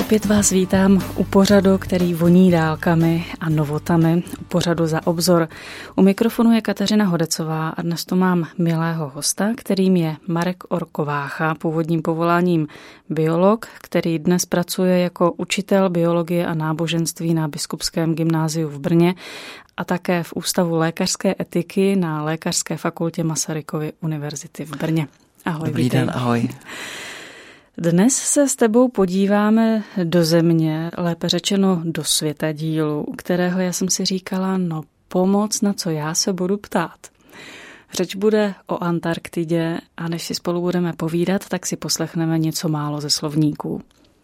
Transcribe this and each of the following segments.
Opět vás vítám u pořadu, který voní dálkami a novotami, u pořadu Za obzor. U mikrofonu je Kateřina Hodecová a dnes tu mám milého hosta, kterým je Marek Orkovácha, původním povoláním biolog, který dnes pracuje jako učitel biologie a náboženství na Biskupském gymnáziu v Brně a také v Ústavu lékařské etiky na Lékařské fakultě Masarykovy univerzity v Brně. Ahoj. Dobrý den, ahoj. Dnes se s tebou podíváme do země, lépe řečeno do světadílu, kterého já jsem si říkala, pomoc, na co já se budu ptát. Řeč bude o Antarktidě a než si spolu budeme povídat, tak si poslechneme něco málo ze slovníků.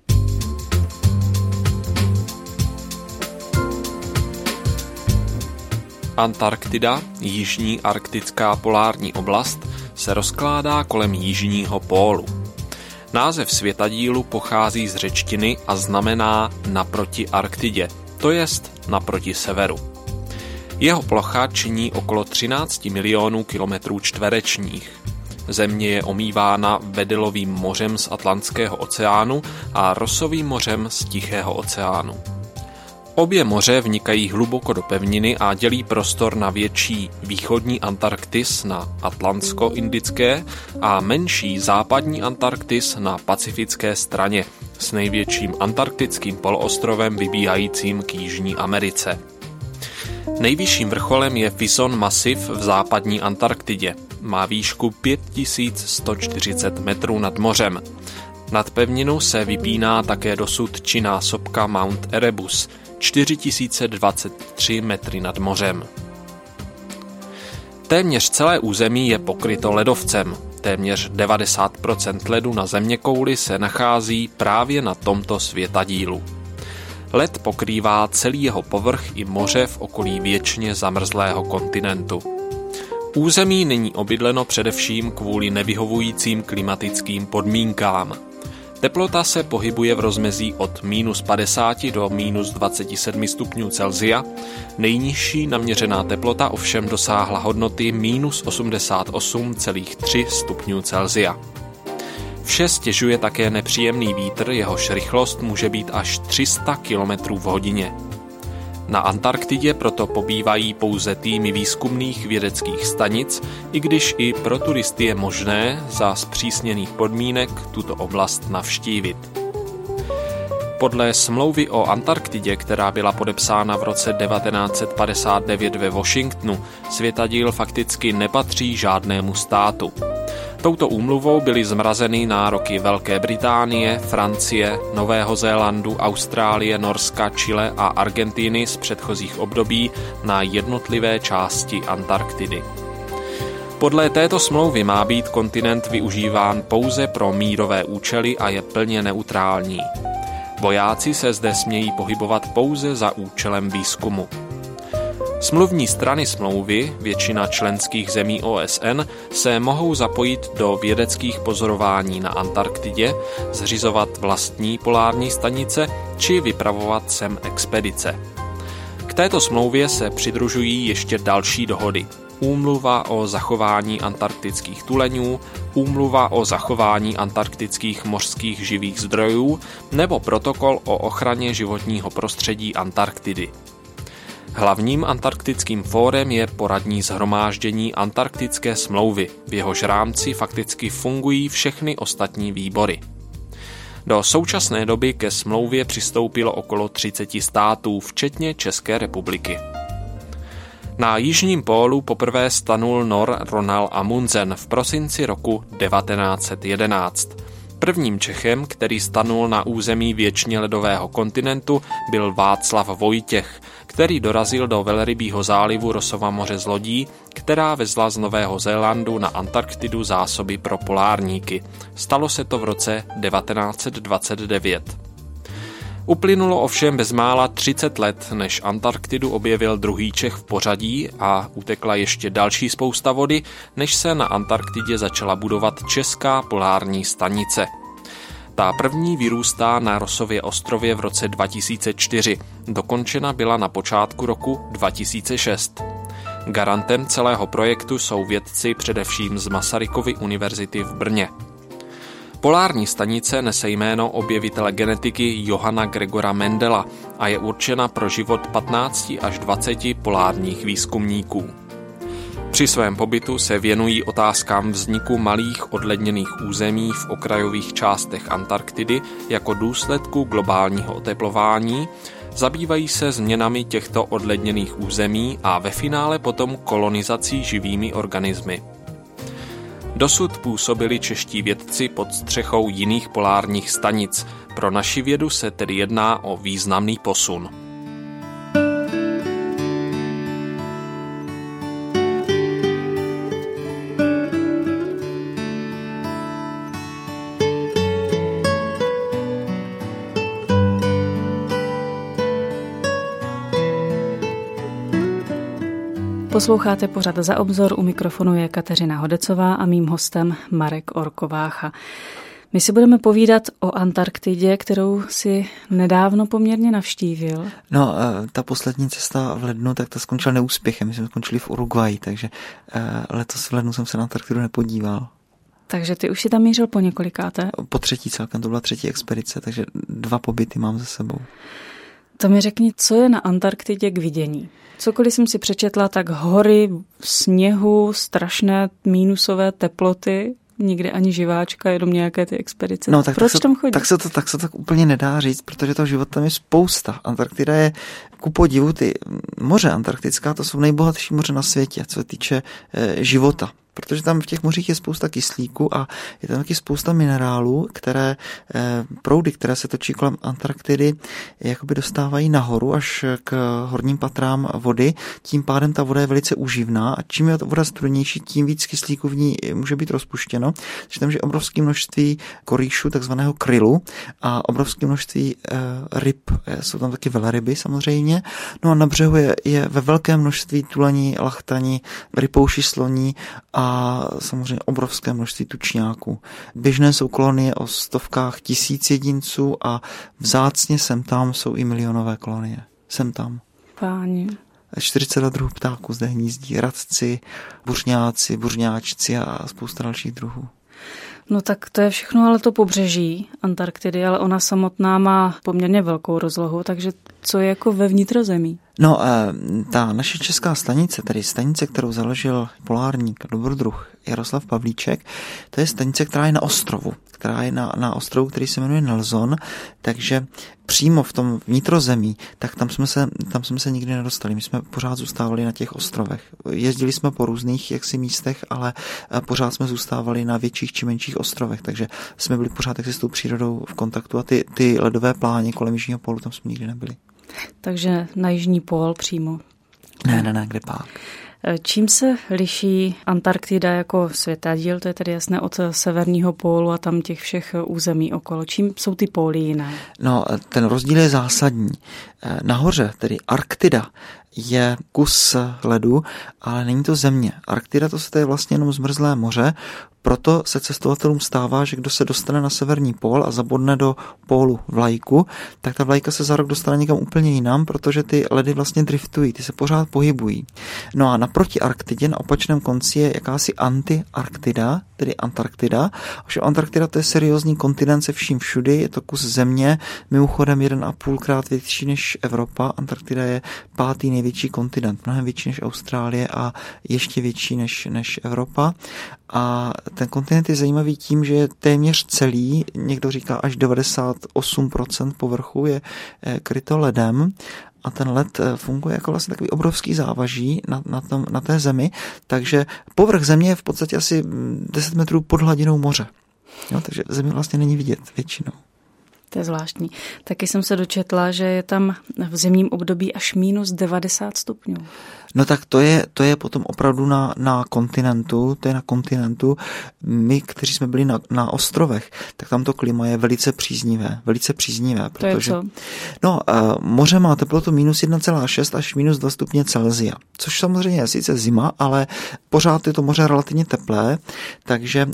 Antarktida, jižní arktická polární oblast, se rozkládá kolem jižního pólu. Název světadílu pochází z řečtiny a znamená naproti Arktidě, to jest naproti severu. Jeho plocha činí okolo 13 milionů kilometrů čtverečních. Země je omývána Wedelovým mořem z Atlantského oceánu a Rossovým mořem z Tichého oceánu. Obě moře vnikají hluboko do pevniny a dělí prostor na větší východní Antarktis na atlantsko-indické a menší západní Antarktis na pacifické straně s největším antarktickým poloostrovem vybíhajícím k Jižní Americe. Nejvyšším vrcholem je Fison masiv v západní Antarktidě. Má výšku 5140 metrů nad mořem. Nad pevninu se vypíná také dosud činná sopka Mount Erebus, 4023 metry nad mořem. Téměř celé území je pokryto ledovcem. Téměř 90% ledu na zeměkouli se nachází právě na tomto světadílu. Led pokrývá celý jeho povrch i moře v okolí věčně zamrzlého kontinentu. Území není obydleno především kvůli nevyhovujícím klimatickým podmínkám. Teplota se pohybuje v rozmezí od -50 do -27 stupňů Celsia. Nejnižší naměřená teplota ovšem dosáhla hodnoty -88,3 stupňů Celsia. Vše stěžuje také nepříjemný vítr, jehož rychlost může být až 300 km v hodině. Na Antarktidě proto pobývají pouze týmy výzkumných vědeckých stanic, i když i pro turisty je možné za zpřísněných podmínek tuto oblast navštívit. Podle smlouvy o Antarktidě, která byla podepsána v roce 1959 ve Washingtonu, světadíl fakticky nepatří žádnému státu. Touto úmluvou byly zmrazeny nároky Velké Británie, Francie, Nového Zélandu, Austrálie, Norska, Chile a Argentiny z předchozích období na jednotlivé části Antarktidy. Podle této smlouvy má být kontinent využíván pouze pro mírové účely a je plně neutrální. Vojáci se zde smějí pohybovat pouze za účelem výzkumu. Smluvní strany smlouvy, většina členských zemí OSN, se mohou zapojit do vědeckých pozorování na Antarktidě, zřizovat vlastní polární stanice či vypravovat sem expedice. K této smlouvě se přidružují ještě další dohody. Úmluva o zachování antarktických tuleňů, úmluva o zachování antarktických mořských živých zdrojů nebo protokol o ochraně životního prostředí Antarktidy. Hlavním antarktickým fórem je poradní shromáždění Antarktické smlouvy, v jehož rámci fakticky fungují všechny ostatní výbory. Do současné doby ke smlouvě přistoupilo okolo 30 států, včetně České republiky. Na jižním pólu poprvé stanul Nor Ronald Amundsen v prosinci roku 1911. Prvním Čechem, který stanul na území věčně ledového kontinentu, byl Václav Vojtěch, který dorazil do Velrybího zálivu Rossova moře z lodí, která vezla z Nového Zélandu na Antarktidu zásoby pro polárníky. Stalo se to v roce 1929. Uplynulo ovšem bezmála 30 let, než Antarktidu objevil druhý Čech v pořadí a utekla ještě další spousta vody, než se na Antarktidě začala budovat česká polární stanice. Ta první vyrůstá na Rossově ostrově v roce 2004, dokončena byla na počátku roku 2006. Garantem celého projektu jsou vědci především z Masarykovy univerzity v Brně. Polární stanice nese jméno objevitele genetiky Johanna Gregora Mendela a je určena pro život 15 až 20 polárních výzkumníků. Při svém pobytu se věnují otázkám vzniku malých odledněných území v okrajových částech Antarktidy jako důsledku globálního oteplování, zabývají se změnami těchto odledněných území a ve finále potom kolonizací živými organismy. Dosud působili čeští vědci pod střechou jiných polárních stanic. Pro naši vědu se tedy jedná o významný posun. Posloucháte pořad Za obzor, u mikrofonu je Kateřina Hodecová a mým hostem Marek Orkovácha. My si budeme povídat o Antarktidě, kterou si nedávno poměrně navštívil. No, ta poslední cesta v lednu, tak ta skončila neúspěchem. My jsme skončili v Uruguayi, takže letos v lednu jsem se na Antarktidu nepodíval. Takže ty už si tam mířil po několikáté? Po třetí celkem, to byla třetí expedice, takže 2 pobyty mám za sebou. To mi řekni, co je na Antarktidě k vidění? Cokoliv jsem si přečetla, tak hory, sněhu, strašné mínusové teploty, nikde ani živáčka, jenom nějaké ty expedice. No, tak proč tam chodí? Tak se tak úplně nedá říct, protože toho života tam je spousta. Antarktida je ku podivu, ty moře antarktická, to jsou nejbohatší moře na světě, co se týče života. Protože tam v těch mořích je spousta kyslíku a je tam taky spousta minerálů, které proudy, které se točí kolem Antarktidy, jakoby dostávají nahoru až k horním patrám vody. Tím pádem ta voda je velice úživná a čím je ta voda studenější, tím víc kyslíku v ní může být rozpuštěno. Takže tam je obrovské množství korýšu, takzvaného krylu a obrovské množství ryb. Jsou tam taky velryby samozřejmě. No a na břehu je ve velkém množství tulení, lachtani, rypouši, sloní a samozřejmě obrovské množství tučňáků. Běžné jsou kolonie o stovkách tisíc jedinců a vzácně sem tam jsou i milionové kolonie. Sem tam. Páni. 40 druhů ptáků zde hnízdí, radci, buřňáci, buřňáčci a spousta dalších druhů. No tak to je všechno, ale to pobřeží Antarktidy, ale ona samotná má poměrně velkou rozlohu, takže co je jako ve vnitrozemí? No, ta naše česká stanice, tedy stanice, kterou založil polárník, dobrodruh Jaroslav Pavlíček, to je stanice, která je na ostrovu, která je na ostrovu, který se jmenuje Nelson, takže přímo v tom vnitrozemí, tak tam jsme se nikdy nedostali. My jsme pořád zůstávali na těch ostrovech. Jezdili jsme po různých místech, ale pořád jsme zůstávali na větších či menších ostrovech, takže jsme byli pořád s tou přírodou v kontaktu a ty ledové pláně kolem jižního pólu, tam jsme nikdy nebyli. Takže na jižní pól přímo. Ne, kde pak? Čím se liší Antarktida jako světadíl, to je tedy jasné, od severního pólu a tam těch všech území okolo? Čím jsou ty póly jiné? No, ten rozdíl je zásadní. Nahoře, tedy Arktida, je kus ledu, ale není to země. Arktida to je vlastně jenom zmrzlé moře, proto se cestovatelům stává, že kdo se dostane na severní pól a zabodne do pólu vlajku, tak ta vlajka se za rok dostane někam úplně jinam, protože ty ledy vlastně driftují, ty se pořád pohybují. No a naproti Arktidě, na opačném konci je jakási anti-Arktida, tedy Antarktida. Ovšem Antarktida to je seriózní kontinent se vším všudy, je to kus země, mimochodem 1,5krát větší než Evropa. Antarktida je 5. největší kontinent, mnohem větší než Austrálie a ještě větší než Evropa. A ten kontinent je zajímavý tím, že je téměř celý, někdo říká až 98% povrchu je kryto ledem a ten led funguje jako vlastně takový obrovský závaží na té zemi, takže povrch země je v podstatě asi 10 metrů pod hladinou moře. Jo, takže země vlastně není vidět většinou. To je zvláštní. Taky jsem se dočetla, že je tam v zimním období až minus 90 stupňů. No tak to je potom opravdu na kontinentu, to je na kontinentu. My, kteří jsme byli na ostrovech, tak tam to klima je velice příznivé, protože to je co? No, moře má teplotu minus 1,6 až minus 2 stupně Celsia, což samozřejmě je sice zima, ale pořád je to moře relativně teplé, takže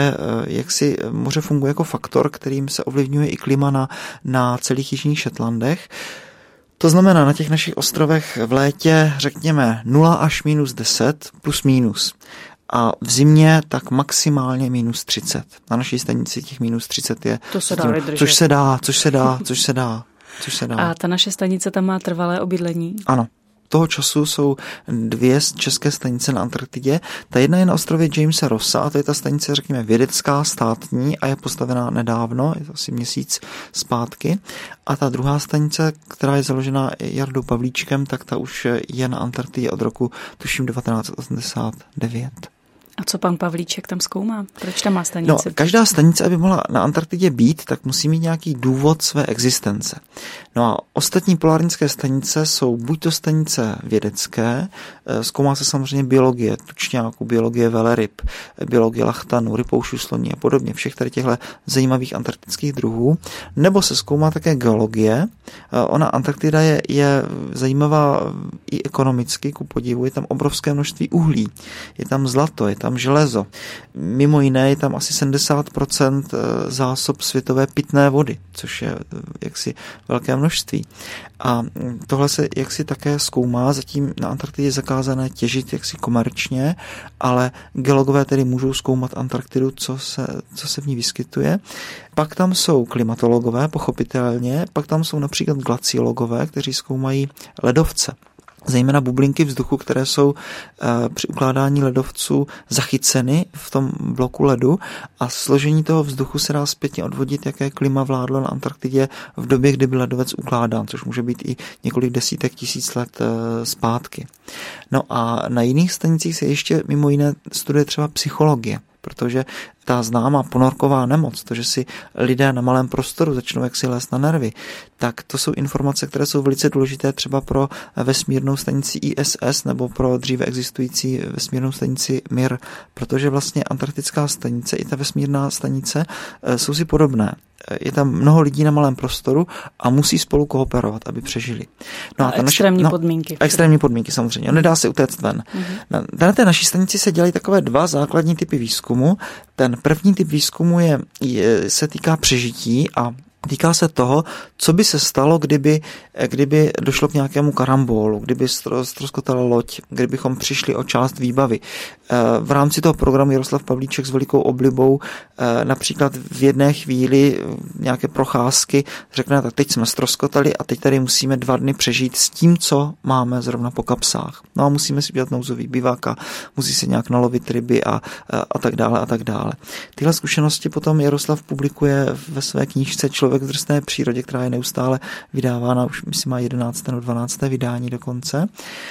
moře funguje jako faktor, kterým se ovlivňuje i klima na celých jižních Shetlandech. To znamená, na těch našich ostrovech v létě řekněme 0 až minus 10 plus minus. a v zimě tak maximálně minus 30. Na naší stanici těch minus 30 je... To se dá vydržet. Což se dá. A ta naše stanice tam má trvalé obydlení? Ano. Toho času jsou 2 české stanice na Antarktidě. Ta jedna je na ostrově Jamesa Rossa a to je ta stanice, řekněme, vědecká, státní a je postavená nedávno, je to asi měsíc zpátky. A ta druhá stanice, která je založena Jardou Pavlíčkem, tak ta už je na Antarktidě od roku, tuším, 1989. A co pan Pavlíček tam zkoumá? Proč tam má stanici? No, každá stanice, aby mohla na Antarktidě být, tak musí mít nějaký důvod své existence. No a ostatní polárnické stanice jsou buď to stanice vědecké, zkoumá se samozřejmě biologie tučňáků, biologie veleryb, biologie lachtanu, rypoušů, sloní a podobně, všech tady těchto zajímavých antarktických druhů, nebo se zkoumá také geologie. Ona Antarktida je zajímavá i ekonomicky, ku podivu, je tam obrovské množství uhlí, je tam zlato, je tam železo. Mimo jiné je tam asi 70% zásob světové pitné vody, což je jaksi velké množství. A tohle se jaksi také zkoumá, zatím na Antarktidě je zakázané těžit jaksi komerčně, ale geologové tedy můžou zkoumat Antarktidu, co se v ní vyskytuje. Pak tam jsou klimatologové, pochopitelně, pak tam jsou například glaciologové, kteří zkoumají ledovce. Zejména bublinky vzduchu, které jsou při ukládání ledovců zachyceny v tom bloku ledu a složení toho vzduchu se dá zpětně odvodit, jaké klima vládlo na Antarktidě v době, kdy byl ledovec ukládán, což může být i několik desítek tisíc let zpátky. No a na jiných stanicích se ještě mimo jiné studuje třeba psychologie, protože ta známá ponorková nemoc, to, že si lidé na malém prostoru začnou jaksi lézt na nervy, tak to jsou informace, které jsou velice důležité třeba pro vesmírnou stanici ISS nebo pro dříve existující vesmírnou stanici Mir, protože vlastně antarktická stanice i ta vesmírná stanice jsou si podobné. Je tam mnoho lidí na malém prostoru a musí spolu kooperovat, aby přežili. No a extrémní podmínky. Extrémní podmínky samozřejmě. Nedá se utéct ven. Na té naší stanici se dělají takové 2 základní typy výzkumu. Ten první typ výzkumu se týká přežití a týká se toho, co by se stalo, kdyby došlo k nějakému karambolu, kdyby ztroskotala loď, kdybychom přišli o část výbavy. V rámci toho programu Jaroslav Pavlíček s velikou oblibou například v jedné chvíli nějaké procházky řekne, tak teď jsme ztroskotali a teď tady musíme 2 dny přežít s tím, co máme zrovna po kapsách. No a musíme si udělat nouzový bivák a musí se nějak nalovit ryby a tak dále a tak dále. Tyhle zkušenosti potom Jaroslav publikuje ve své knížce Člověk v drsné přírodě, která je neustále vydávána, už myslím má 11. nebo 12. vydání dokonce.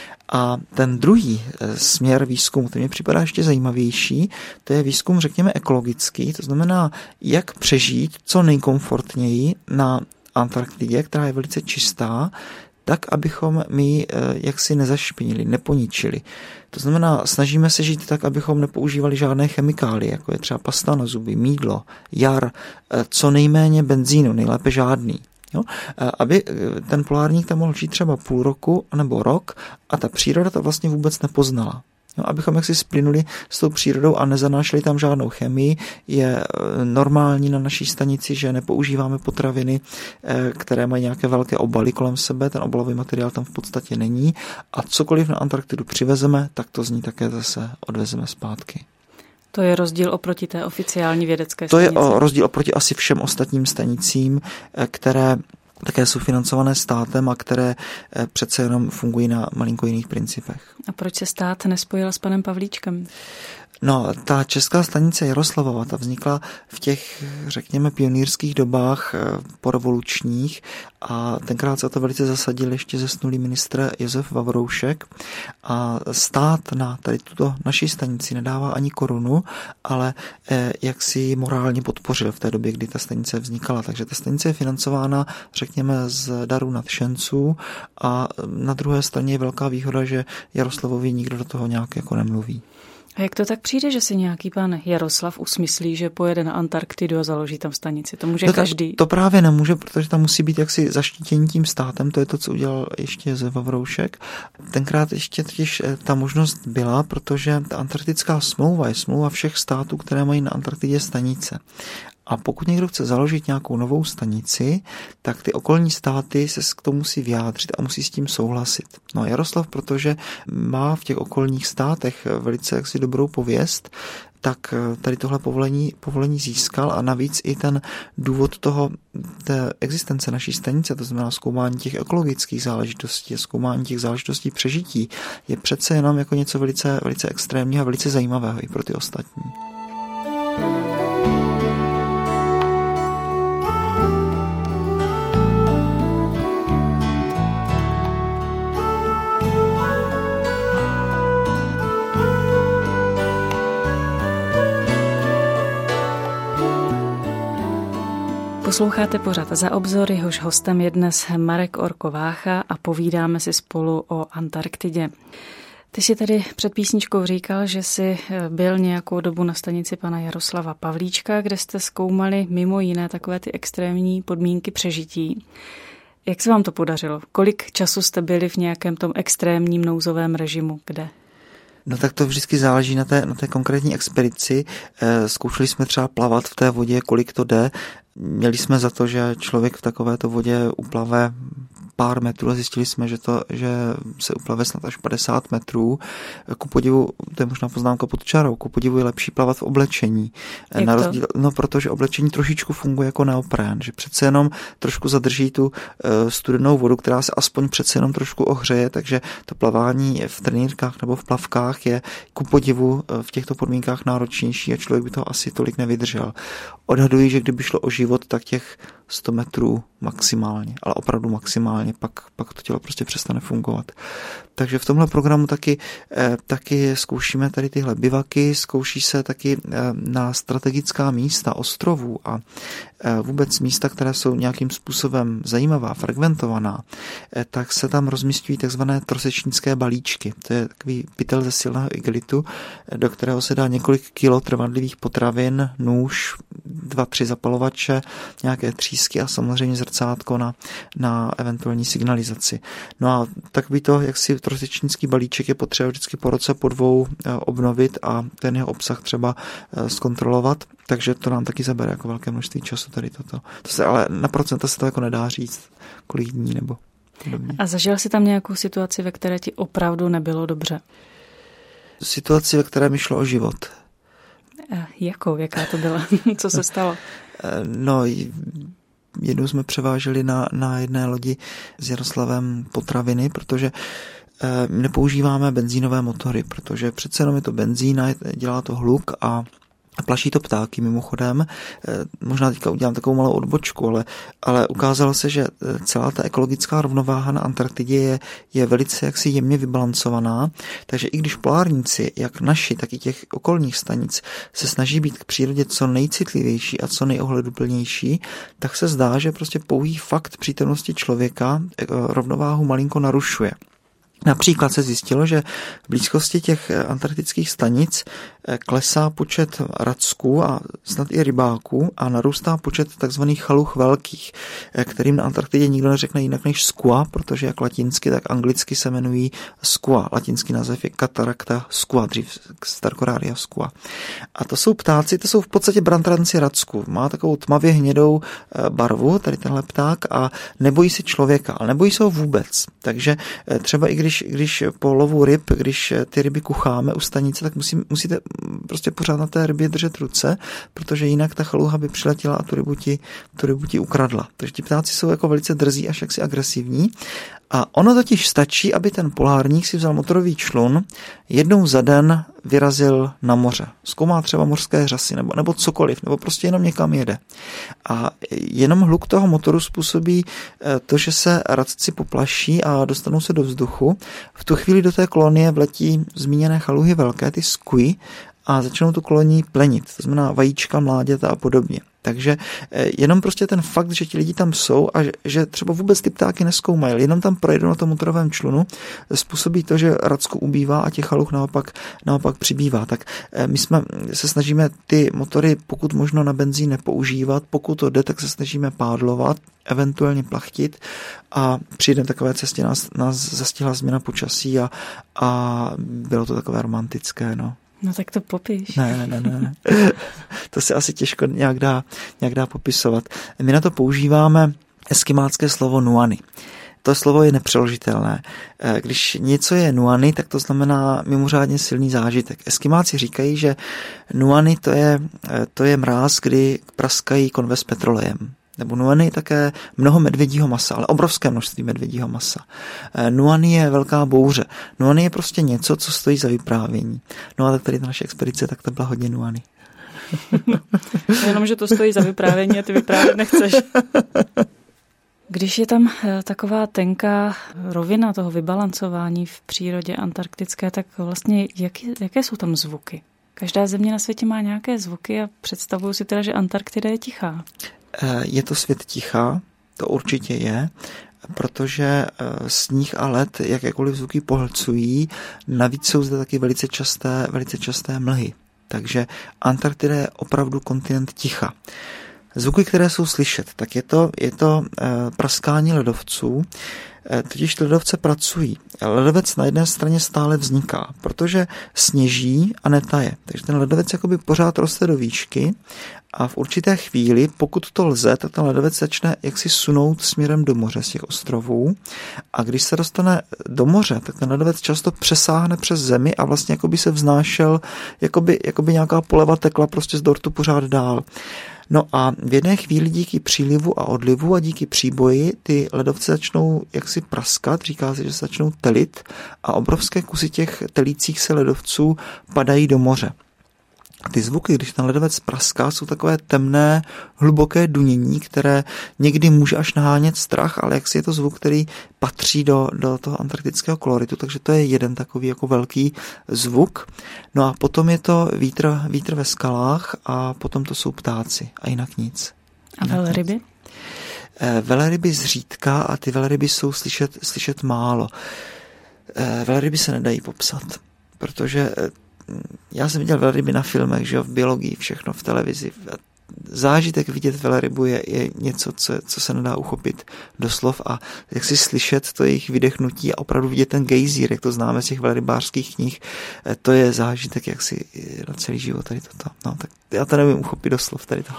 A ten druhý směr výzkumu, ten mi připadá ještě zajímavější, to je výzkum, řekněme, ekologický, to znamená, jak přežít co nejkomfortněji na Antarktidě, která je velice čistá, tak, abychom my jaksi nezašpinili, neponičili. To znamená, snažíme se žít tak, abychom nepoužívali žádné chemikálie, jako je třeba pasta na zuby, mýdlo, jar, co nejméně benzínu, nejlépe žádný. Jo? Aby ten polárník tam mohl žít třeba půl roku nebo rok a ta příroda to vlastně vůbec nepoznala. No, abychom jaksi splynuli s tou přírodou a nezanášeli tam žádnou chemii, je normální na naší stanici, že nepoužíváme potraviny, které mají nějaké velké obaly kolem sebe, ten obalový materiál tam v podstatě není a cokoliv na Antarktidu přivezeme, tak to z ní také zase odvezeme zpátky. To je rozdíl oproti té oficiální vědecké stanici. To je rozdíl oproti asi všem ostatním stanicím, které také jsou financované státem a které přece jenom fungují na malinko jiných principech. A proč se stát nespojil s panem Pavlíčkem? No, ta česká stanice Jaroslavova, ta vznikla v těch, řekněme, pionýrských dobách porevolučních a tenkrát se to velice zasadil ještě zesnulý ministr Josef Vavroušek a stát na tady tuto naší stanici nedává ani korunu, ale jak si morálně podpořil v té době, kdy ta stanice vznikala. Takže ta stanice je financována, řekněme, z darů nadšenců a na druhé straně je velká výhoda, že Jaroslavovi nikdo do toho nějak jako nemluví. A jak to tak přijde, že si nějaký pan Jaroslav usmyslí, že pojede na Antarktidu a založí tam stanici? To může každý. To právě nemůže, protože tam musí být jaksi zaštítění tím státem, to je to, co udělal ještě Josef Vavroušek. Tenkrát ještě totiž ta možnost byla, protože ta antarktická smlouva je smlouva všech států, které mají na Antarktidě stanice. A pokud někdo chce založit nějakou novou stanici, tak ty okolní státy se k tomu musí vyjádřit a musí s tím souhlasit. No a Jaroslav, protože má v těch okolních státech velice jaksi dobrou pověst, tak tady tohle povolení získal a navíc i ten důvod té existence naší stanice, to znamená zkoumání těch ekologických záležitostí a zkoumání těch záležitostí přežití, je přece jenom jako něco velice, velice extrémního a velice zajímavého i pro ty ostatní. Posloucháte pořad Za obzor, jehož hostem je dnes Marek Orko Vácha a povídáme si spolu o Antarktidě. Ty jsi tady před písničkou říkal, že jsi byl nějakou dobu na stanici pana Jaroslava Pavlíčka, kde jste zkoumali mimo jiné takové ty extrémní podmínky přežití. Jak se vám to podařilo? Kolik času jste byli v nějakém tom extrémním nouzovém režimu? Kde? No tak to vždycky záleží na té konkrétní expedici. Zkoušeli jsme třeba plavat v té vodě, kolik to jde. Měli jsme za to, že člověk v takovéto vodě uplave pár metrů a zjistili jsme, že se uplave snad až 50 metrů. Ku podivu, to je možná poznámka pod čarou, ku podivu je lepší plavat v oblečení. No, protože oblečení trošičku funguje jako neoprén, že přece jenom trošku zadrží tu studenou vodu, která se aspoň přece jenom trošku ohřeje, takže to plavání v trenýrkách nebo v plavkách je ku podivu v těchto podmínkách náročnější a člověk by toho asi tolik nevydržel. Odhaduji, že kdyby šlo o život, tak těch 100 metrů maximálně, ale opravdu maximálně, pak to tělo prostě přestane fungovat. Takže v tomhle programu taky zkoušíme tady tyhle bivaky, zkouší se taky na strategická místa ostrovů a vůbec místa, která jsou nějakým způsobem zajímavá, frekventovaná, tak se tam rozmisťují takzvané trosečnické balíčky. To je takový pytel ze silného igelitu, do kterého se dá několik kilo trvanlivých potravin, nůž, 2-3 zapalovače, nějaké třísky a samozřejmě zrcátko na eventuální signalizaci. No a takový to, jak si trosečnický balíček je potřeba vždycky po roce, po dvou obnovit a ten jeho obsah třeba zkontrolovat, takže to nám taky zabere jako velké množství času tady toto. Ale na procenta se to jako nedá říct, kolik dní nebo podobně. A zažil jsi tam nějakou situaci, ve které ti opravdu nebylo dobře? Situaci, ve které mi šlo o život. Jaká to byla? Co se stalo? No, jednou jsme převáželi na jedné lodi s Jaroslavem potraviny, protože nepoužíváme benzínové motory, protože přece jenom je to benzín a dělá to hluk a plaší to ptáky mimochodem. Možná teďka udělám takovou malou odbočku, ale ukázalo se, že celá ta ekologická rovnováha na Antarktidě je velice jaksi jemně vybalancovaná, takže i když polárníci, jak naši, tak i těch okolních stanic, se snaží být k přírodě co nejcitlivější a co nejohleduplnější, tak se zdá, že prostě pouhý fakt přítomnosti člověka rovnováhu malinko narušuje. Například se zjistilo, že v blízkosti těch antarktických stanic klesá počet racků a snad i rybáků a narůstá počet takzvaných chaluch velkých, kterým na Antarktidě nikdo neřekne jinak než skua, protože jak latinsky, tak anglicky se jmenují skua. Latinský název je Cataracta skua, dřív Starcoraria skua. A to jsou ptáci, to jsou v podstatě brantranci racků. Má takovou tmavě hnědou barvu, tady tenhle pták, a nebojí se člověka, ale nebojí se ho vůbec. Takže třeba i když po lovu ryb, když ty ryby kucháme u stanice, tak musíte prostě pořád na té rybě držet ruce, protože jinak ta chaluha by přiletěla a tu rybu ti ukradla. Takže ti ptáci jsou jako velice drzí až jaksi agresivní. A ono totiž stačí, aby ten polárník si vzal motorový člun, jednou za den vyrazil na moře. Zkoumá třeba mořské řasy nebo cokoliv, nebo prostě jenom někam jede. A jenom hluk toho motoru způsobí to, že se radci poplaší a dostanou se do vzduchu. V tu chvíli do té kolonie vletí zmíněné chaluhy velké, ty skui, a začnou tu kolonii plenit, to znamená vajíčka, mláďata a podobně. Takže jenom prostě ten fakt, že ti lidi tam jsou a že třeba vůbec ty ptáky nezkoumají, jenom tam projedou na tom motorovém člunu, způsobí to, že racku ubývá a těch chaluch naopak přibývá. Tak my se snažíme ty motory pokud možno na benzín nepoužívat, pokud to jde, tak se snažíme pádlovat, eventuálně plachtit a při jedné takové cestě nás zastihla změna počasí a bylo to takové romantické, no. No tak to popiš. Ne. To se asi těžko nějak dá popisovat. My na to používáme eskimácké slovo nuany. To slovo je nepřeložitelné. Když něco je nuany, tak to znamená mimořádně silný zážitek. Eskimáci říkají, že nuany to je mráz, kdy praskají konve s petrolejem. Nebo nuany je také mnoho medvědího masa, ale obrovské množství medvědího masa. Nuany je velká bouře. Nuany je prostě něco, co stojí za vyprávění. No a tak tady ta naše expedice, tak to byla hodně nuany. Jenom, že to stojí za vyprávění a ty vyprávět nechceš. Když je tam taková tenká rovina toho vybalancování v přírodě antarktické, tak vlastně jaké jsou tam zvuky? Každá země na světě má nějaké zvuky a představuju si teda, že Antarktida je tichá. Je to svět ticha, to určitě je, protože sníh a led jakékoliv zvuky pohlcují, navíc jsou zde taky velice časté mlhy. Takže Antarktida je opravdu kontinent ticha. Zvuky, které jsou slyšet, tak je to praskání ledovců, totiž ledovce pracují. Ledovec na jedné straně stále vzniká, protože sněží a netaje. Takže ten ledovec jakoby pořád roste do výšky a v určité chvíli, pokud to lze, tak ten ledovec začne jaksi sunout směrem do moře z těch ostrovů a když se dostane do moře, tak ten ledovec často přesáhne přes zemi a vlastně jakoby se vznášel, jakoby nějaká poleva tekla prostě z dortu pořád dál. No a v jedné chvíli díky přílivu a odlivu a díky příboji ty ledovce začnou jaksi praskat, říká se, že se začnou telit a obrovské kusy těch telících se ledovců padají do moře. Ty zvuky, když ten ledovec praská, jsou takové temné, hluboké dunění, které někdy může až nahánět strach, ale jaksi je to zvuk, který patří do toho antarktického koloritu, takže to je jeden takový jako velký zvuk. No a potom je to vítr ve skalách a potom to jsou ptáci a jinak nic. A velryby? Velryby zřídka a ty velryby jsou slyšet málo. Velryby se nedají popsat, protože já jsem viděl velryby na filmech, že jo, v biologii, všechno v televizi. Zážitek vidět velrybu je něco, co se nedá uchopit do slov a jak si slyšet to jejich vydechnutí a opravdu vidět ten gejzír, jak to známe z těch velrybářských knih, to je zážitek jaksi na celý život tady toto. No, tak já to nevím uchopit do slov tady to.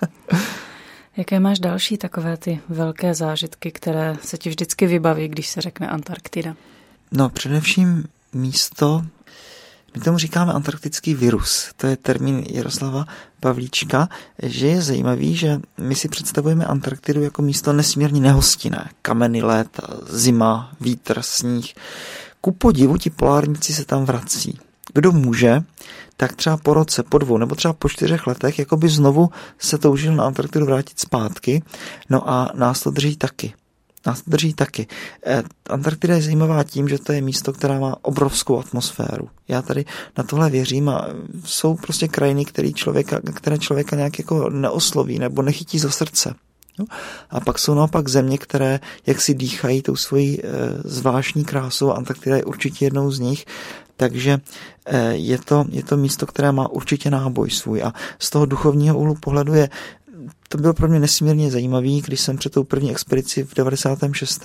Jaké máš další takové ty velké zážitky, které se ti vždycky vybaví, když se řekne Antarktida? No, především místo, my tomu říkáme antarktický virus. To je termín Jaroslava Pavlíčka, že je zajímavý, že my si představujeme Antarktidu jako místo nesmírně nehostinné. Kameny, led, zima, vítr, sníh. Ku podivu ti polárníci se tam vrací. Kdo může, tak třeba po roce, po 2 nebo třeba po 4 letech jakoby znovu se toužil na Antarktidu vrátit zpátky. No a nás to drží taky. Antarktida je zajímavá tím, že to je místo, která má obrovskou atmosféru. Já tady na tohle věřím a jsou prostě krajiny, které člověka nějak jako neosloví nebo nechytí za srdce. A pak jsou naopak země, které jaksi dýchají tou svojí zvláštní krásou. Antarktida je určitě jednou z nich. Takže je to místo, které má určitě náboj svůj. A z toho duchovního úhlu pohledu to bylo pro mě nesmírně zajímavý, když jsem před tou první expedici v 96.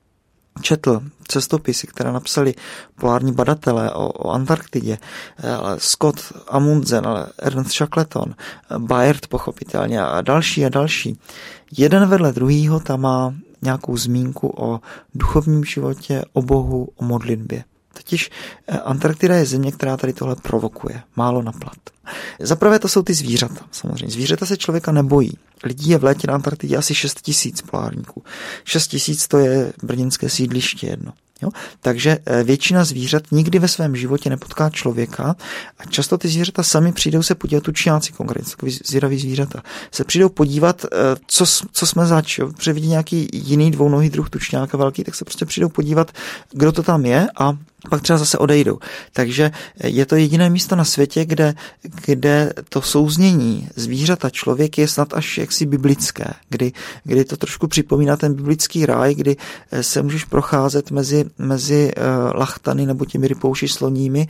četl cestopisy, které napsali polární badatelé o Antarktidě, Scott Amundsen, ale Ernst Shackleton, Bayard pochopitelně a další. Jeden vedle druhýho tam má nějakou zmínku o duchovním životě, o Bohu, o modlitbě. Totiž Antarktida je země, která tady tohle provokuje. Málo na plat. Zaprvé to jsou ty zvířata, samozřejmě. Zvířata se člověka nebojí. Lidí je v létě na Antarktidě asi 6 000 polárníků. 6 000 to je brněnské sídliště jedno. Jo? Takže většina zvířat nikdy ve svém životě nepotká člověka a často ty zvířata sami přijdou se podívat, tučňáci konkrétně, takový zvědaví zvířata, se přijdou podívat, co jsme zač. Jo? Protože vidí nějaký jiný dvounohý druh tučňáka velký, tak se prostě přijdou podívat, kdo to tam je a pak třeba zase odejdou. Takže je to jediné místo na světě, kde to souznění zvířata člověk je snad až jaksi biblické, kdy to trošku připomíná ten biblický ráj, kdy se můžeš procházet mezi lachtany nebo těmi rypouši sloními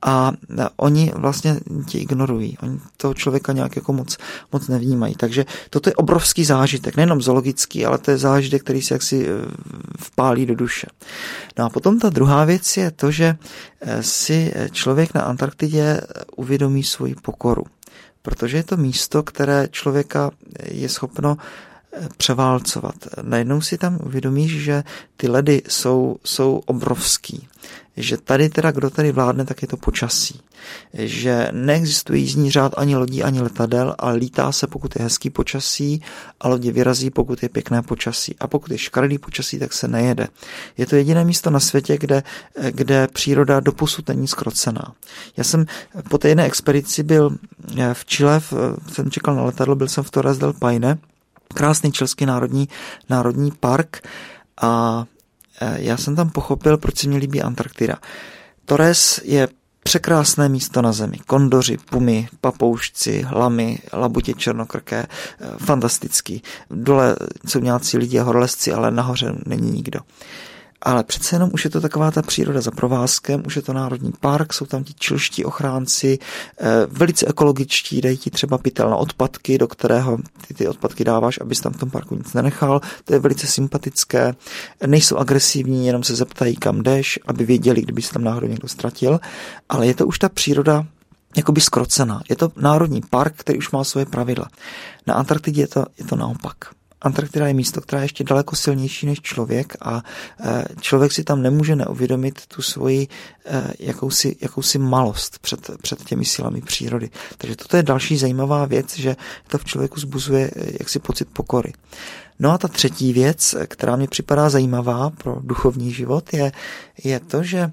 a oni vlastně tě ignorují. Oni toho člověka nějak jako moc nevnímají. Takže toto je obrovský zážitek, nejenom zoologický, ale to je zážitek, který se jaksi vpálí do duše. No a potom ta druhá věc je to, že si člověk na Antarktidě uvědomí svoji pokoru. Protože je to místo, které člověka je schopno převálcovat. Najednou si tam uvědomíš, že ty ledy jsou obrovský. Že tady teda, kdo tady vládne, tak je to počasí. Že neexistuje jízdní řád ani lodí, ani letadel, ale lítá se, pokud je hezký počasí, a lodě vyrazí, pokud je pěkné počasí. A pokud je škaredý počasí, tak se nejede. Je to jediné místo na světě, kde příroda doposud není zkrocená. Já jsem po té jedné expedici byl v Chile, jsem čekal na letadlo, byl jsem v Torres del Paine, krásný chilský národní park, a já jsem tam pochopil, proč se mi líbí Antarktida. Torres je překrásné místo na zemi. Kondoři, pumy, papoušci, lamy, labutě černokrké, fantastický. Dole jsou nějací lidi a horolezci, ale nahoře není nikdo. Ale přece jenom už je to taková ta příroda za provázkem, už je to národní park, jsou tam ti čilští ochránci, velice ekologičtí, dají ti třeba pytel na odpadky, do kterého ty odpadky dáváš, abys tam v tom parku nic nenechal. To je velice sympatické, nejsou agresivní, jenom se zeptají, kam jdeš, aby věděli, kdyby se tam náhodou někdo ztratil, ale je to už ta příroda jakoby zkrocená. Je to národní park, který už má svoje pravidla. Na Antarktidě je to naopak. Antarktida je místo, která je ještě daleko silnější než člověk, a člověk si tam nemůže neuvědomit tu svoji jakousi malost před těmi silami přírody. Takže toto je další zajímavá věc, že to v člověku vzbuzuje jaksi pocit pokory. No a ta třetí věc, která mě připadá zajímavá pro duchovní život, je to, že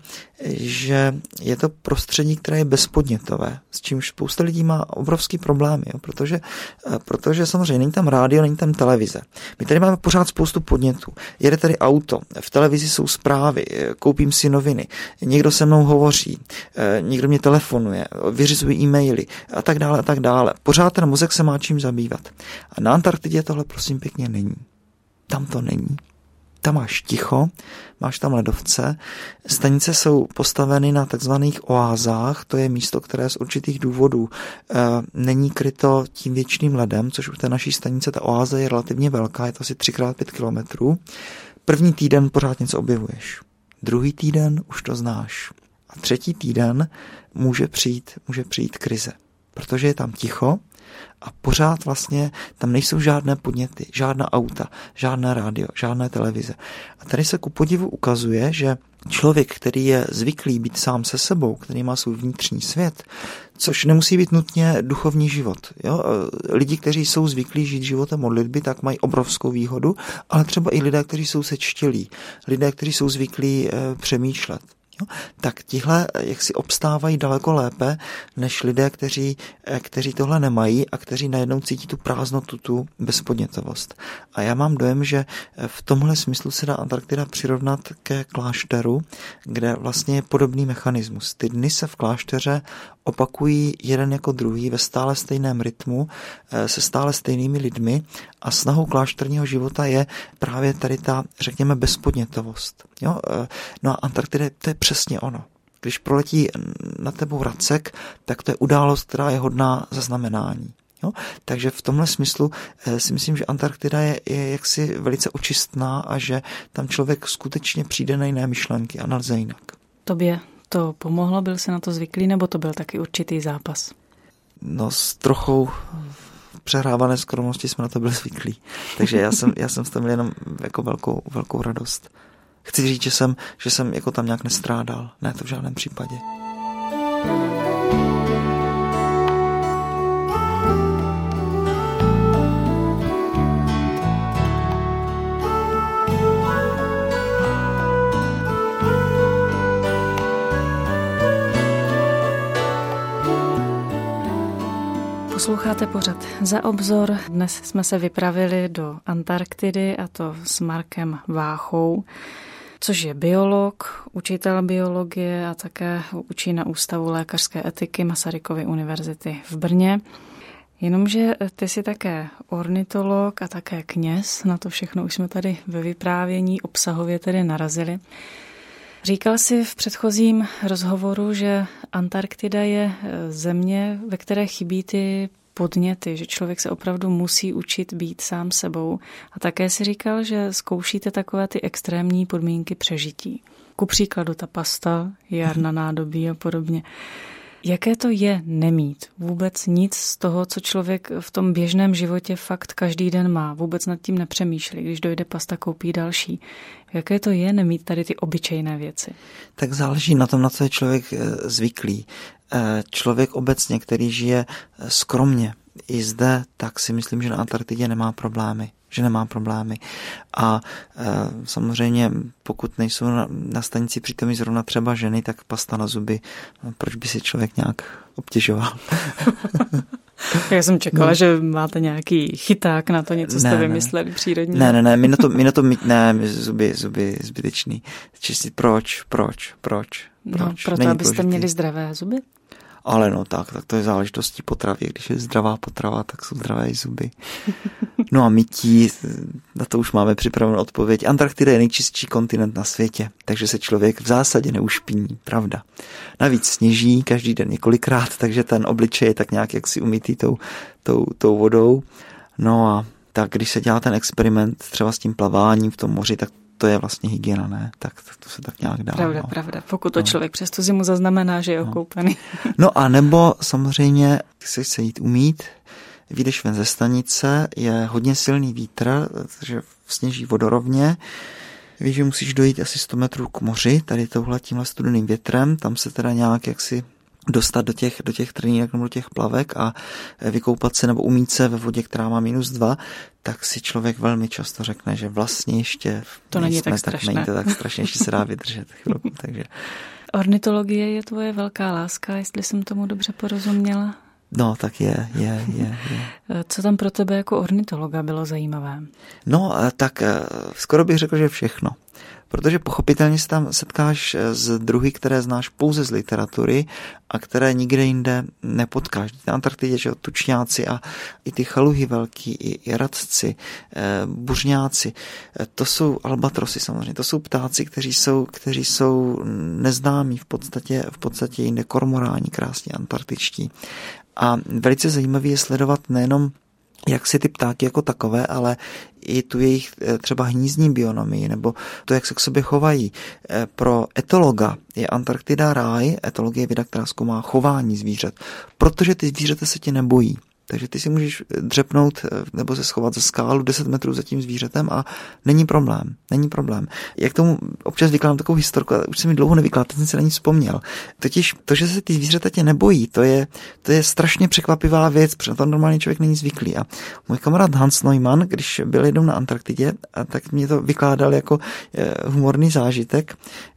je to prostředí, které je bezpodnětové, s čímž spousta lidí má obrovský problémy, jo, protože samozřejmě není tam rádio, není tam televize. My tady máme pořád spoustu podnětů. Jede tady auto, v televizi jsou zprávy, koupím si noviny, někdo se mnou hovoří, někdo mě telefonuje, vyřizují e-maily a tak dále a tak dále. Pořád ten mozek se má čím zabývat. A na Antarktidě tohle prosím pěkně není. Tam to není. Tam máš ticho, máš tam ledovce, stanice jsou postaveny na takzvaných oázách, to je místo, které z určitých důvodů není kryto tím věčným ledem, což u té naší stanice ta oáza je relativně velká, je to asi 3x5 kilometrů. První týden pořád něco objevuješ, druhý týden už to znáš a třetí týden může přijít krize, protože je tam ticho, a pořád vlastně tam nejsou žádné podněty, žádná auta, žádné rádio, žádné televize. A tady se ku podivu ukazuje, že člověk, který je zvyklý být sám se sebou, který má svůj vnitřní svět, což nemusí být nutně duchovní život. Jo? Lidi, kteří jsou zvyklí žít životem modlitby, tak mají obrovskou výhodu, ale třeba i lidé, kteří jsou sečtělí, lidé, kteří jsou zvyklí přemýšlet. Tak tihle jaksi obstávají daleko lépe než lidé, kteří tohle nemají a kteří najednou cítí tu prázdnotu, tu bezpodnětovost. A já mám dojem, že v tomhle smyslu se dá Antarktida přirovnat ke klášteru, kde vlastně je podobný mechanismus. Ty dny se v klášteře opakují jeden jako druhý ve stále stejném rytmu, se stále stejnými lidmi, a snahou klášterního života je právě tady ta, řekněme, bezpodnětovost. Jo? No a Antarktida, to je přesně ono. Když proletí nad tebou racek, tak to je událost, která je hodná zaznamenání. Jo? Takže v tomhle smyslu si myslím, že Antarktida je jaksi velice očistná a že tam člověk skutečně přijde na jiné myšlenky a nelze jinak. Tobě to pomohlo? Byl jsi na to zvyklý, nebo to byl taky určitý zápas? No, s trochou přehrávané skromnosti jsme na to byli zvyklí. Takže já jsem z toho měl jenom jako velkou radost. Chci říct, že jsem jako tam nějak nestrádal. Ne, to v žádném případě. Posloucháte pořad Za obzor. Dnes jsme se vypravili do Antarktidy, a to s Markem Váchou, což je biolog, učitel biologie a také učí na Ústavu lékařské etiky Masarykovy univerzity v Brně. Jenomže ty jsi také ornitolog a také kněz, na to všechno už jsme tady ve vyprávění obsahově tedy narazili. Říkal jsi v předchozím rozhovoru, že Antarktida je země, ve které chybí ty podněty, že člověk se opravdu musí učit být sám sebou. A také si říkal, že zkoušíte takové ty extrémní podmínky přežití. Ku příkladu ta pasta, jarna nádobí a podobně. Jaké to je nemít vůbec nic z toho, co člověk v tom běžném životě fakt každý den má? Vůbec nad tím nepřemýšlí, když dojde pasta, koupí další. Jaké to je nemít tady ty obyčejné věci? Tak záleží na tom, na co je člověk zvyklý. Člověk obecně, který žije skromně i zde, tak si myslím, že na Antarktidě nemá problémy. A samozřejmě, pokud nejsou na stanici přítomní zrovna třeba ženy, tak pasta na zuby, proč by si člověk nějak obtěžoval? Já jsem čekala, že máte nějaký chyták na to, něco jste vymysleli přírodní. Ne, my na to zuby zbytečný. Čistě proč? No, proto abyste měli zdravé zuby? Ale no tak to je záležitostí potravy. Když je zdravá potrava, tak jsou zdravé i zuby. No a mytí, na to už máme připravenou odpověď. Antarktida je nejčistší kontinent na světě, takže se člověk v zásadě neušpiní, pravda. Navíc sněží každý den několikrát, takže ten obličej je tak nějak jaksi umytý tou vodou. No a tak když se dělá ten experiment třeba s tím plaváním v tom moři, tak to je vlastně hygiena, ne? Tak to se tak nějak dá. Pravda. Pokud to člověk přes tu zimu zaznamená, že je okoupený. No a nebo samozřejmě, když se jít umít, vyjdeš ven ze stanice, je hodně silný vítr, takže sněží vodorovně. Víš, že musíš dojít asi 100 metrů k moři, tady tímhle studeným větrem, tam se teda nějak jaksi dostat do těch trenínek nebo do těch plavek a vykoupat se nebo umít se ve vodě, která má -2, tak si člověk velmi často řekne, že vlastně ještě to není tak strašné. Není to tak strašně, ještě se dá vydržet chvilku. Takže. Ornitologie je tvoje velká láska, jestli jsem tomu dobře porozuměla? No, tak je. Co tam pro tebe jako ornitologa bylo zajímavé? No, tak skoro bych řekl, že všechno. Protože pochopitelně se tam setkáš s druhy, které znáš pouze z literatury a které nikde jinde nepotkáš. Na Antarktidě, že tučňáci a i ty chaluhy velký, i radci, buřňáci, to jsou albatrosy samozřejmě, to jsou ptáci, kteří jsou neznámí v podstatě jinde, kormoráni krásně antarktičtí. A velice zajímavý je sledovat nejenom jak si ty ptáky jako takové, ale i tu jejich třeba hnízdní bionomii, nebo to, jak se k sobě chovají. Pro etologa je Antarktida ráj, etologie je věda, která zkoumá chování zvířat, protože ty zvířata se tě nebojí. Takže ty si můžeš dřepnout nebo se schovat za skálu 10 metrů za tím zvířetem a není problém. Jak tomu občas vykládám takovou historku, ale už jsem mi dlouho nevykládal, teď jsem se na ní vzpomněl. Totiž to, že se ty zvířata tě nebojí, to je strašně překvapivá věc, protože na to normálně člověk není zvyklý. A můj kamarád Hans Neumann, když byl jednou na Antarktidě, tak mě to vykládal jako humorný zážitek,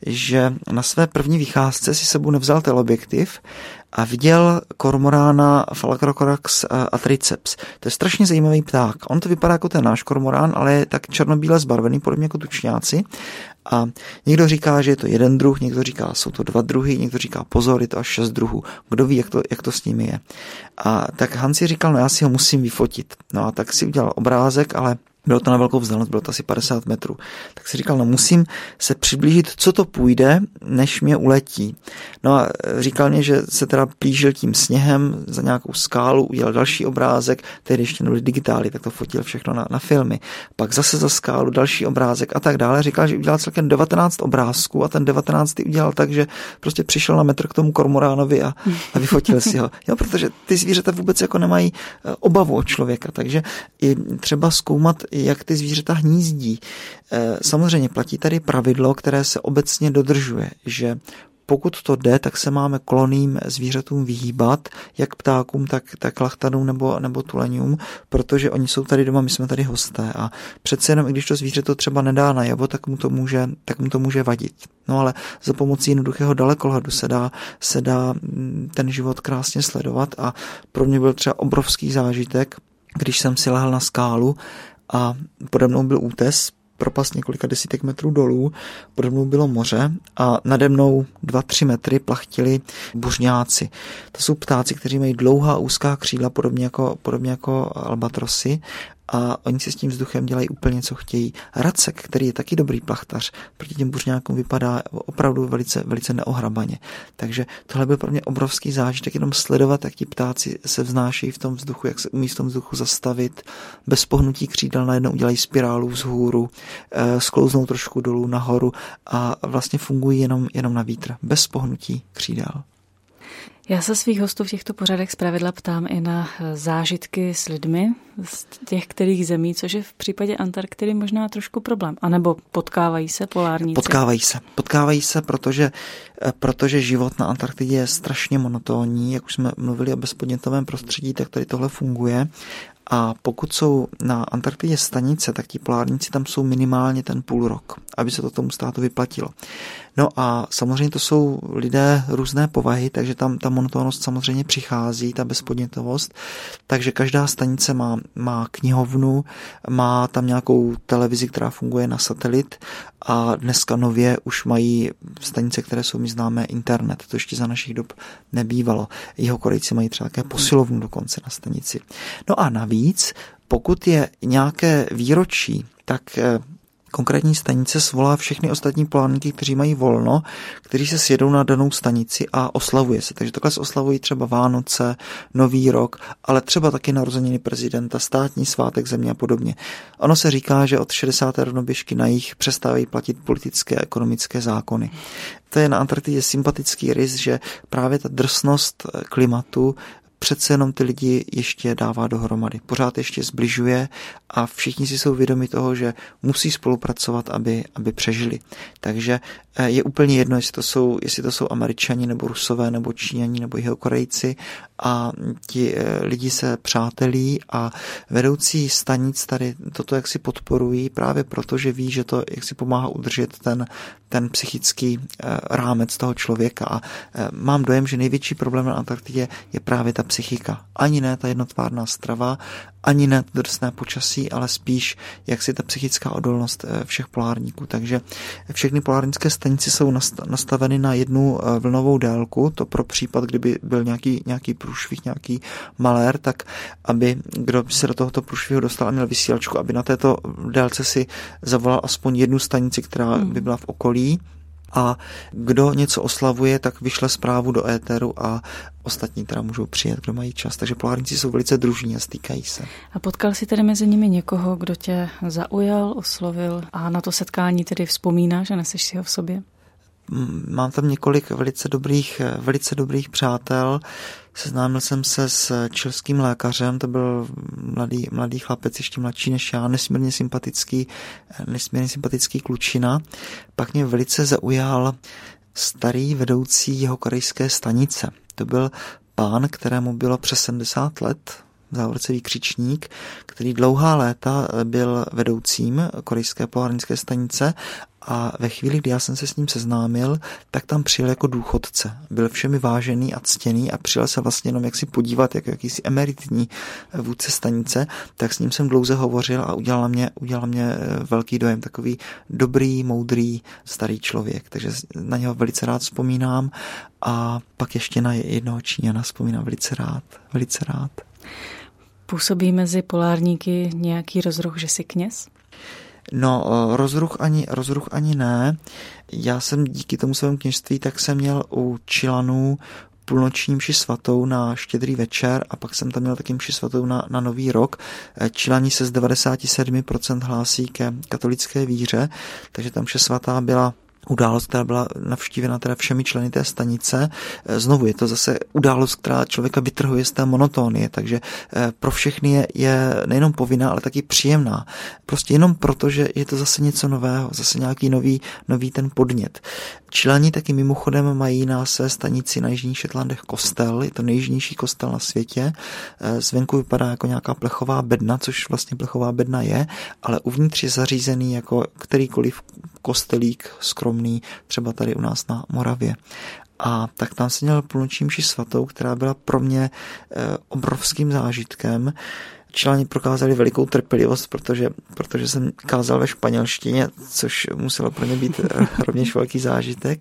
že na své první vycházce si sebou nevzal teleobjektiv a viděl kormorána Phalacrocorax atriceps. To je strašně zajímavý pták. On to vypadá jako ten náš kormorán, ale je tak černobíle zbarvený, podobně jako tučňáci. A někdo říká, že je to jeden druh, někdo říká, jsou to 2 druhy, někdo říká, pozor, je to až 6 druhů. Kdo ví, jak to s nimi je. A tak Hansi říkal, no já si ho musím vyfotit. No a tak si udělal obrázek, ale bylo to na velkou vzdálenost, bylo to asi 50 metrů. Tak si říkal, no musím se přiblížit, co to půjde, než mě uletí. No a říkal mě, že se teda plížil tím sněhem za nějakou skálu, udělal další obrázek, tedy ještě nebyly digitály, tak to fotil všechno na filmy. Pak zase za skálu další obrázek a tak dále. Říkal, že udělal celkem 19 obrázků a ten 19. udělal tak, že prostě přišel na metr k tomu kormoránovi a vyfotil si ho. Jo, protože ty zvířata vůbec jako nemají obavu od člověka, takže i třeba zkoumat, jak ty zvířata hnízdí. Samozřejmě platí tady pravidlo, které se obecně dodržuje, že pokud to jde, tak se máme klonným zvířatům vyhýbat, jak ptákům, tak lachtanům nebo tuleňům, protože oni jsou tady doma, my jsme tady hosté a přece jenom, i když to zvíře to třeba nedá najevo, tak mu to může vadit. No ale za pomocí jednoduchého dalekohledu se dá ten život krásně sledovat a pro mě byl třeba obrovský zážitek, když jsem si lehl na skálu a pode mnou byl útes, propast několika desítek metrů dolů, pode mnou bylo moře a nade mnou 2-3 metry plachtili buřňáci. To jsou ptáci, kteří mají dlouhá úzká křídla, podobně jako albatrosy a oni si s tím vzduchem dělají úplně, co chtějí. Racek, který je taky dobrý plachtař, proti těm buřňákům vypadá opravdu velice, velice neohrabaně. Takže tohle byl pro mě obrovský zážitek, jenom sledovat, jak ti ptáci se vznášejí v tom vzduchu, jak se umí v tom vzduchu zastavit, bez pohnutí křídel najednou udělají spirálu vzhůru, sklouznou trošku dolů nahoru a vlastně fungují jenom na vítr, bez pohnutí křídel. Já se svých hostů v těchto pořadech zpravidla ptám i na zážitky s lidmi z těch kterých zemí, což je v případě Antarktidy možná trošku problém. A nebo potkávají se polárníci? Potkávají se, protože život na Antarktidě je strašně monotónní. Jak už jsme mluvili o bezpodnětovém prostředí, tak tady tohle funguje. A pokud jsou na Antarktidě stanice, tak ti polárníci tam jsou minimálně ten půl rok, aby se to tomu státu vyplatilo. No a samozřejmě to jsou lidé různé povahy, takže tam ta monotónnost samozřejmě přichází, ta bezpodnětovost. Takže každá stanice má knihovnu, má tam nějakou televizi, která funguje na satelit a dneska nově už mají stanice, které jsou mi známé, internet. To ještě za našich dob nebývalo. Jihokorejci mají třeba také posilovnu dokonce na stanici. No a navíc, pokud je nějaké výročí, tak konkrétní stanice svolá všechny ostatní polárníky, kteří mají volno, kteří se sjedou na danou stanici a oslavuje se. Takže takhle se oslavují třeba Vánoce, Nový rok, ale třeba taky narozeniny prezidenta, státní svátek země a podobně. Ono se říká, že od 60. rovnoběžky na jih přestávají platit politické a ekonomické zákony. To je na Antarktidě sympatický rys, že právě ta drsnost klimatu přece jenom ty lidi ještě dává dohromady. Pořád ještě zbližuje a všichni si jsou vědomi toho, že musí spolupracovat, aby přežili. Takže je úplně jedno, jestli to jsou Američani, nebo Rusové, nebo Číňani, nebo Jihokorejci a ti lidi se přátelí a vedoucí stanic tady toto jaksi podporují právě proto, že ví, že to jaksi pomáhá udržet ten psychický rámec toho člověka a mám dojem, že největší problém na Antarktidě je právě ta psychika. Ani ne ta jednotvárná strava, ani ne drsné počasí, ale spíš jak si ta psychická odolnost všech polárníků. Takže všechny polárnické stanice jsou nastaveny na jednu vlnovou délku, to pro případ, kdyby byl nějaký průšvih, nějaký malér, tak aby kdo by se do tohoto průšvihu dostal a měl vysílačku, aby na této délce si zavolal aspoň jednu stanici, která by byla v okolí. A kdo něco oslavuje, tak vyšle zprávu do éteru a ostatní teda můžou přijet, kdo mají čas. Takže polárníci jsou velice družní a stýkají se. A potkal jsi tedy mezi nimi někoho, kdo tě zaujal, oslovil a na to setkání tedy vzpomínáš a neseš si ho v sobě? Mám tam několik velice dobrých přátel. Seznámil jsem se s chilským lékařem, to byl mladý chlapec, ještě mladší než já, nesmírně sympatický klučina. Pak mě velice zaujal starý vedoucí jihokorejské stanice. To byl pán, kterému bylo přes 70 let, v závorce výkřičník, který dlouhá léta byl vedoucím korejské polárnické stanice a ve chvíli, kdy já jsem se s ním seznámil, tak tam přijel jako důchodce. Byl všemi vážený a ctěný a přijel se vlastně jenom jak si podívat, jako jakýsi emeritní vůdce stanice, tak s ním jsem dlouze hovořil a udělal mě velký dojem. Takový dobrý, moudrý, starý člověk. Takže na něho velice rád vzpomínám a pak ještě na jednoho Číňana vzpomínám velice rád. Působí mezi polárníky nějaký rozruch, že jsi kněz? No, rozruch ani ne. Já jsem díky tomu svému kněžství, tak jsem měl u Čilanů půlnoční mši svatou na Štědrý večer a pak jsem tam měl taky mši svatou na Nový rok. Čilani se z 97% hlásí ke katolické víře, takže tam mše svatá byla událost, která byla navštívena teda všemi členy té stanice. Znovu je to zase událost, která člověka vytrhuje z té monotónie, takže pro všechny je nejenom povinná, ale taky příjemná. Prostě jenom proto, že je to zase něco nového, zase nějaký nový ten podnět. Čilani taky mimochodem mají na své stanici na Jižních Shetlandech kostel, je to nejjižnější kostel na světě. Zvenku vypadá jako nějaká plechová bedna, což vlastně plechová bedna je, ale uvnitř je zařízený jako kterýkoliv kostelík skromný, třeba tady u nás na Moravě. A tak tam jsem měl půlnoční mši svatou, která byla pro mě obrovským zážitkem. Čilani prokázali velikou trpělivost, protože jsem kázal ve španělštině, což muselo pro ně být rovněž velký zážitek.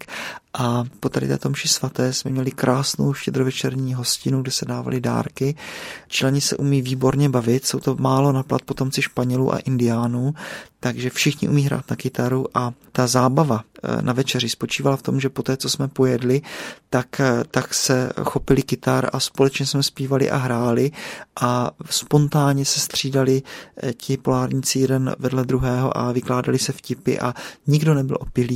A po tady této mši svaté jsme měli krásnou štědrovečerní hostinu, kde se dávaly dárky. Čilani se umí výborně bavit, jsou to málo na plat potomci Španělů a Indiánů, takže všichni umí hrát na kytaru a ta zábava na večeři spočívala v tom, že po té, co jsme pojedli, tak se chopili kytar a společně jsme zpívali a hráli a spontánně se střídali ti polárníci jeden vedle druhého a vykládali se vtipy a nikdo nebyl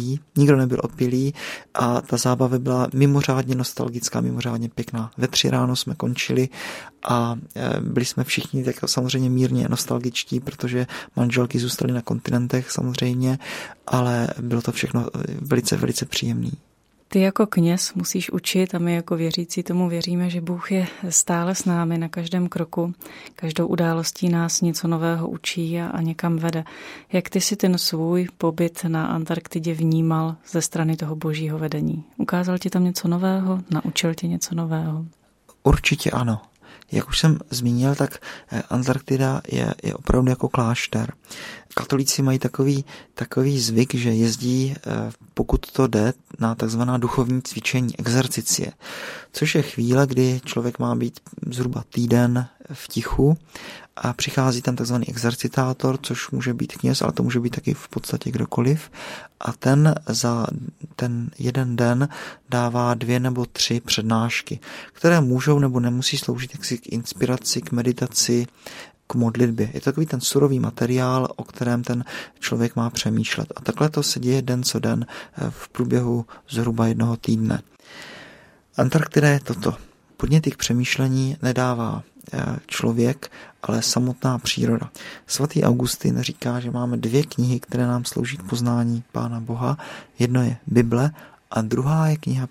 opilý a ta zábava byla mimořádně nostalgická, mimořádně pěkná. Ve 3 ráno jsme končili a byli jsme všichni tak samozřejmě mírně nostalgičtí, protože manželky zůstaly na kontinentech samozřejmě, ale bylo to všechno velice, velice příjemný. Ty jako kněz musíš učit a my jako věřící tomu věříme, že Bůh je stále s námi na každém kroku. Každou událostí nás něco nového učí a někam vede. Jak ty si ten svůj pobyt na Antarktidě vnímal ze strany toho božího vedení? Ukázal ti tam něco nového? Naučil tě něco nového? Určitě ano. Jak už jsem zmínil, tak Antarktida je opravdu jako klášter. Katolíci mají takový zvyk, že jezdí, pokud to jde, na takzvaná duchovní cvičení, exercicie, což je chvíle, kdy člověk má být zhruba týden v tichu a přichází tam takzvaný exercitátor, což může být kněz, ale to může být taky v podstatě kdokoliv. A ten za ten jeden den dává 2 nebo 3 přednášky, které můžou nebo nemusí sloužit jaksi k inspiraci, k meditaci, k modlitbě. Je to takový ten surový materiál, o kterém ten člověk má přemýšlet. A takhle to se děje den co den v průběhu zhruba 1 týdne. Antarktida je toto. Podněty k přemýšlení nedává člověk, ale samotná příroda. Svatý Augustin říká, že máme 2 knihy, které nám slouží k poznání Pána Boha. Jedno je Bible a druhá je kniha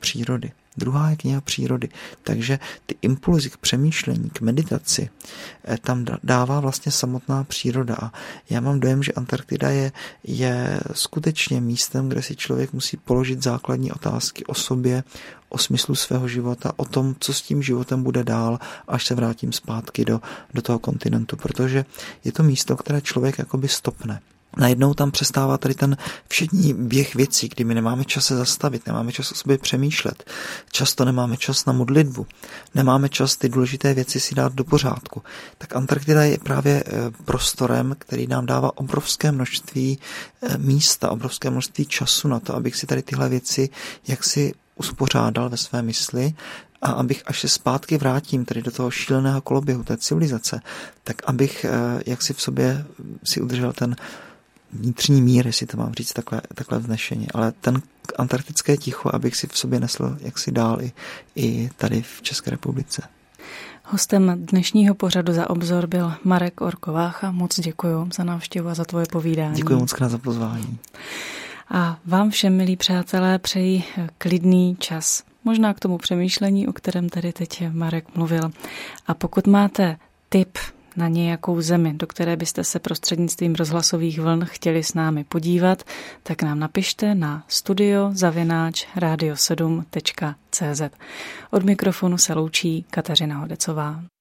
přírody. Takže ty impulzy k přemýšlení, k meditaci tam dává vlastně samotná příroda. A já mám dojem, že Antarktida je skutečně místem, kde si člověk musí položit základní otázky o sobě, o smyslu svého života, o tom, co s tím životem bude dál, až se vrátím zpátky do toho kontinentu. Protože je to místo, které člověk jakoby stopne. Najednou tam přestává tady ten všední běh věcí, kdy my nemáme čas se zastavit, nemáme čas o sobě přemýšlet, často nemáme čas na modlitbu, nemáme čas ty důležité věci si dát do pořádku. Tak Antarktida je právě prostorem, který nám dává obrovské množství místa, obrovské množství času na to, abych si tady tyhle věci jaksi uspořádal ve své mysli a abych, až se zpátky vrátím tady do toho šíleného koloběhu té civilizace, tak abych jaksi v sobě si udržel ten vnitřní mír, jestli to mám říct takhle vznešeně, ale ten antarktické ticho, abych si v sobě nesl jaksi dál i tady v České republice. Hostem dnešního pořadu Za obzor byl Marek Orko Vácha. Moc děkuji za návštěvu a za tvoje povídání. Děkuji moc krát za pozvání. A vám všem, milí přátelé, přeji klidný čas. Možná k tomu přemýšlení, o kterém tady teď Marek mluvil. A pokud máte tip na nějakou zemi, do které byste se prostřednictvím rozhlasových vln chtěli s námi podívat, tak nám napište na studio@radio7.cz. Od mikrofonu se loučí Kateřina Hodecová.